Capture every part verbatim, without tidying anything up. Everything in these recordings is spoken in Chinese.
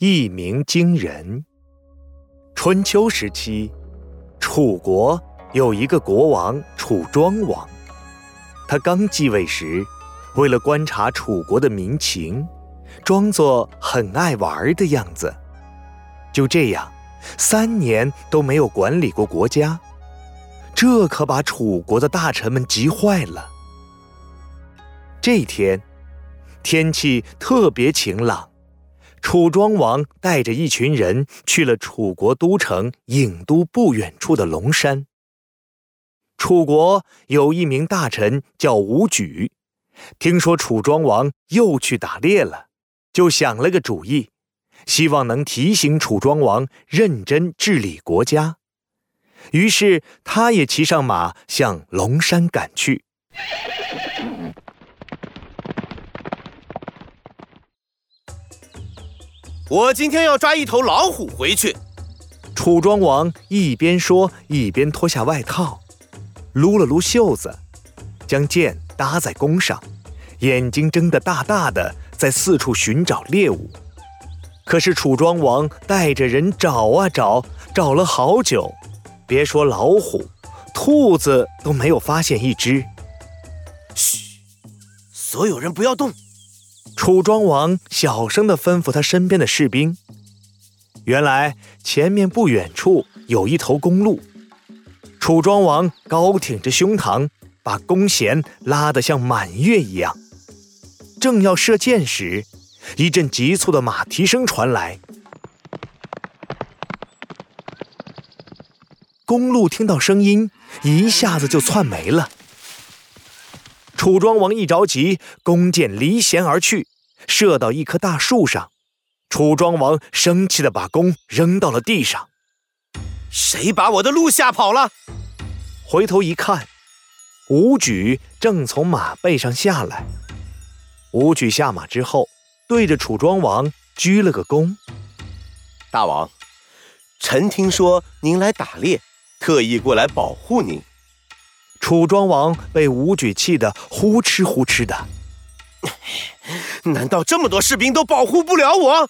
一鸣惊人。春秋时期，楚国有一个国王楚庄王，他刚继位时，为了观察楚国的民情，装作很爱玩的样子。就这样，三年都没有管理过国家，这可把楚国的大臣们急坏了。这天，天气特别晴朗，楚庄王带着一群人去了楚国都城郢都不远处的龙山。楚国有一名大臣叫伍举，听说楚庄王又去打猎了，就想了个主意，希望能提醒楚庄王认真治理国家。于是他也骑上马向龙山赶去。 我今天要抓一头老虎回去。 楚庄王一边说一边脱下外套，撸了撸袖子，将剑搭在弓上，眼睛睁得大大的，在四处寻找猎物。可是楚庄王带着人找啊找，找了好久，别说老虎，兔子都没有发现一只。 嘘，所有人不要动。 楚庄王小声地吩咐他身边的士兵。原来前面不远处有一头公鹿，楚庄王高挺着胸膛，把弓弦拉得像满月一样。正要射箭时，一阵急促的马蹄声传来。公鹿听到声音，一下子就窜没了。楚庄王一着急，弓箭离弦而去，射到一棵大树上。楚庄王生气地把弓扔到了地上。 谁把我的鹿吓跑了？ 回头一看，伍举正从马背上下来。伍举下马之后，对着楚庄王鞠了个躬。 大王，臣听说您来打猎，特意过来保护您。 楚庄王被伍举气得呼哧呼哧的。 难道这么多士兵都保护不了我？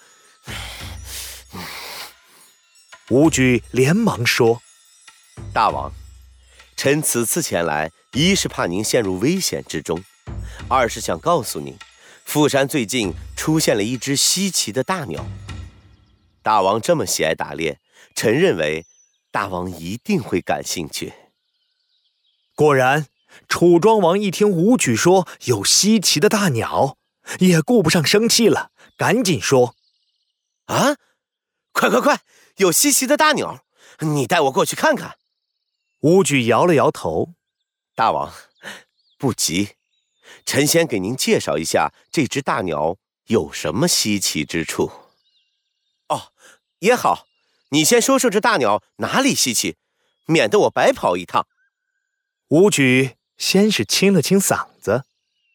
伍举连忙说： 大王，臣此次前来，一是怕您陷入危险之中，二是想告诉您，富山最近出现了一只稀奇的大鸟。大王这么喜爱打猎，臣认为大王一定会感兴趣。 果然，楚庄王一听伍举说有稀奇的大鸟，也顾不上生气了，赶紧说： 啊，快快快，有稀奇的大鸟，你带我过去看看。 伍举摇了摇头： 大王，不急，臣先给您介绍一下这只大鸟有什么稀奇之处。哦，也好，你先说说这大鸟哪里稀奇，免得我白跑一趟。 伍举先是清了清嗓子。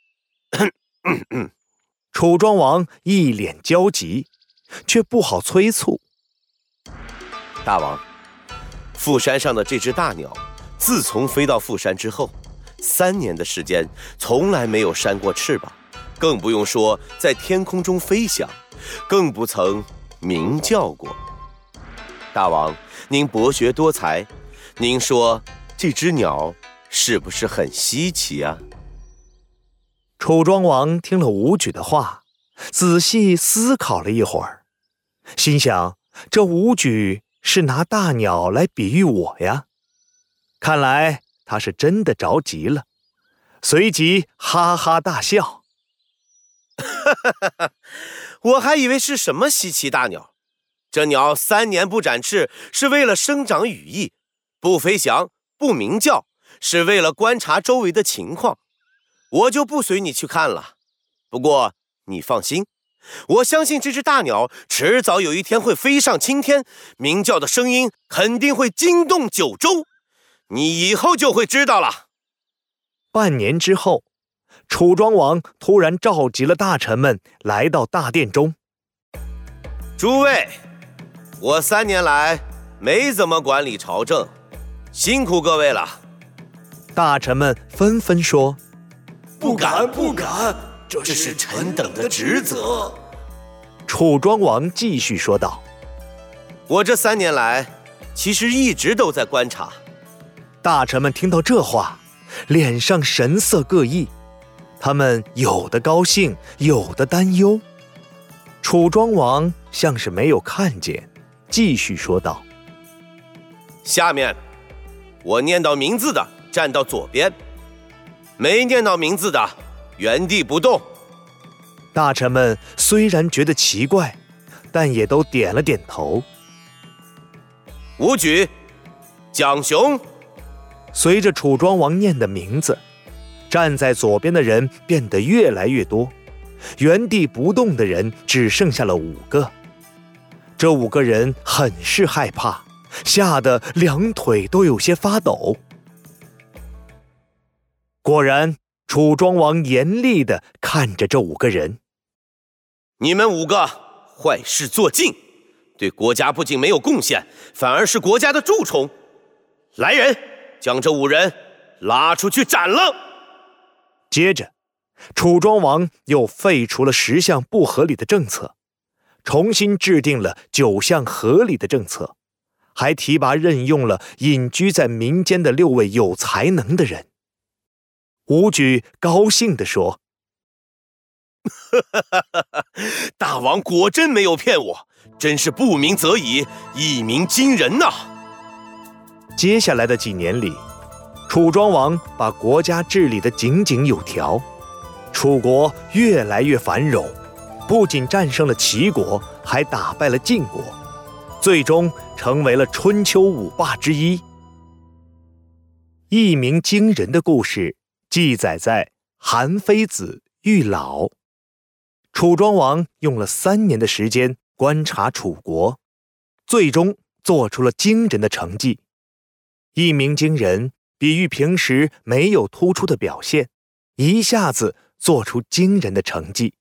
楚庄王一脸焦急，却不好催促。 大王，富山上的这只大鸟，自从飞到富山之后，三年的时间从来没有扇过翅膀，更不用说在天空中飞翔，更不曾鸣叫过。大王，您博学多才，您说这只鸟是不是很稀奇啊？ 楚庄王听了伍举的话，仔细思考了一会儿，心想这伍举是拿大鸟来比喻我呀，看来他是真的着急了，随即哈哈大笑。 我还以为是什么稀奇大鸟，这鸟三年不展翅，是为了生长羽翼，不飞翔，不鸣叫，是为了观察周围的情况。我就不随你去看了。不过你放心，我相信这只大鸟迟早有一天会飞上青天，鸣叫的声音肯定会惊动九州，你以后就会知道了。 半年之后，楚庄王突然召集了大臣们来到大殿中。 诸位，我三年来没怎么管理朝政，辛苦各位了。 大臣们纷纷说： 不敢不敢，这是臣等的职责。 楚庄王继续说道： 我这三年来其实一直都在观察。 大臣们听到这话，脸上神色各异，他们有的高兴，有的担忧。楚庄王像是没有看见，继续说道： 下面我念到名字的站到左边，没念到名字的原地不动。 大臣们虽然觉得奇怪，但也都点了点头。 武举、蒋雄。 随着楚庄王念的名字，站在左边的人变得越来越多，原地不动的人只剩下了五个。这五个人很是害怕，吓得两腿都有些发抖。果然，楚庄王严厉地看着这五个人： 你们五个坏事做尽，对国家不仅没有贡献，反而是国家的蛀虫。来人，将这五人拉出去斩了。 接着，楚庄王又废除了十项不合理的政策，重新制定了九项合理的政策，还提拔任用了隐居在民间的六位有才能的人。武举高兴地说： 大王果真没有骗我，真是不鸣则已，一鸣惊人呐、啊！ 接下来的几年里，楚庄王把国家治理得井井有条，楚国越来越繁荣，不仅战胜了齐国，还打败了晋国，最终成为了春秋五霸之一。一鸣惊人的故事记载在《韩非子·喻老》。楚庄王用了三年的时间观察楚国，最终做出了惊人的成绩。一鸣惊人比喻平时没有突出的表现，一下子做出惊人的成绩。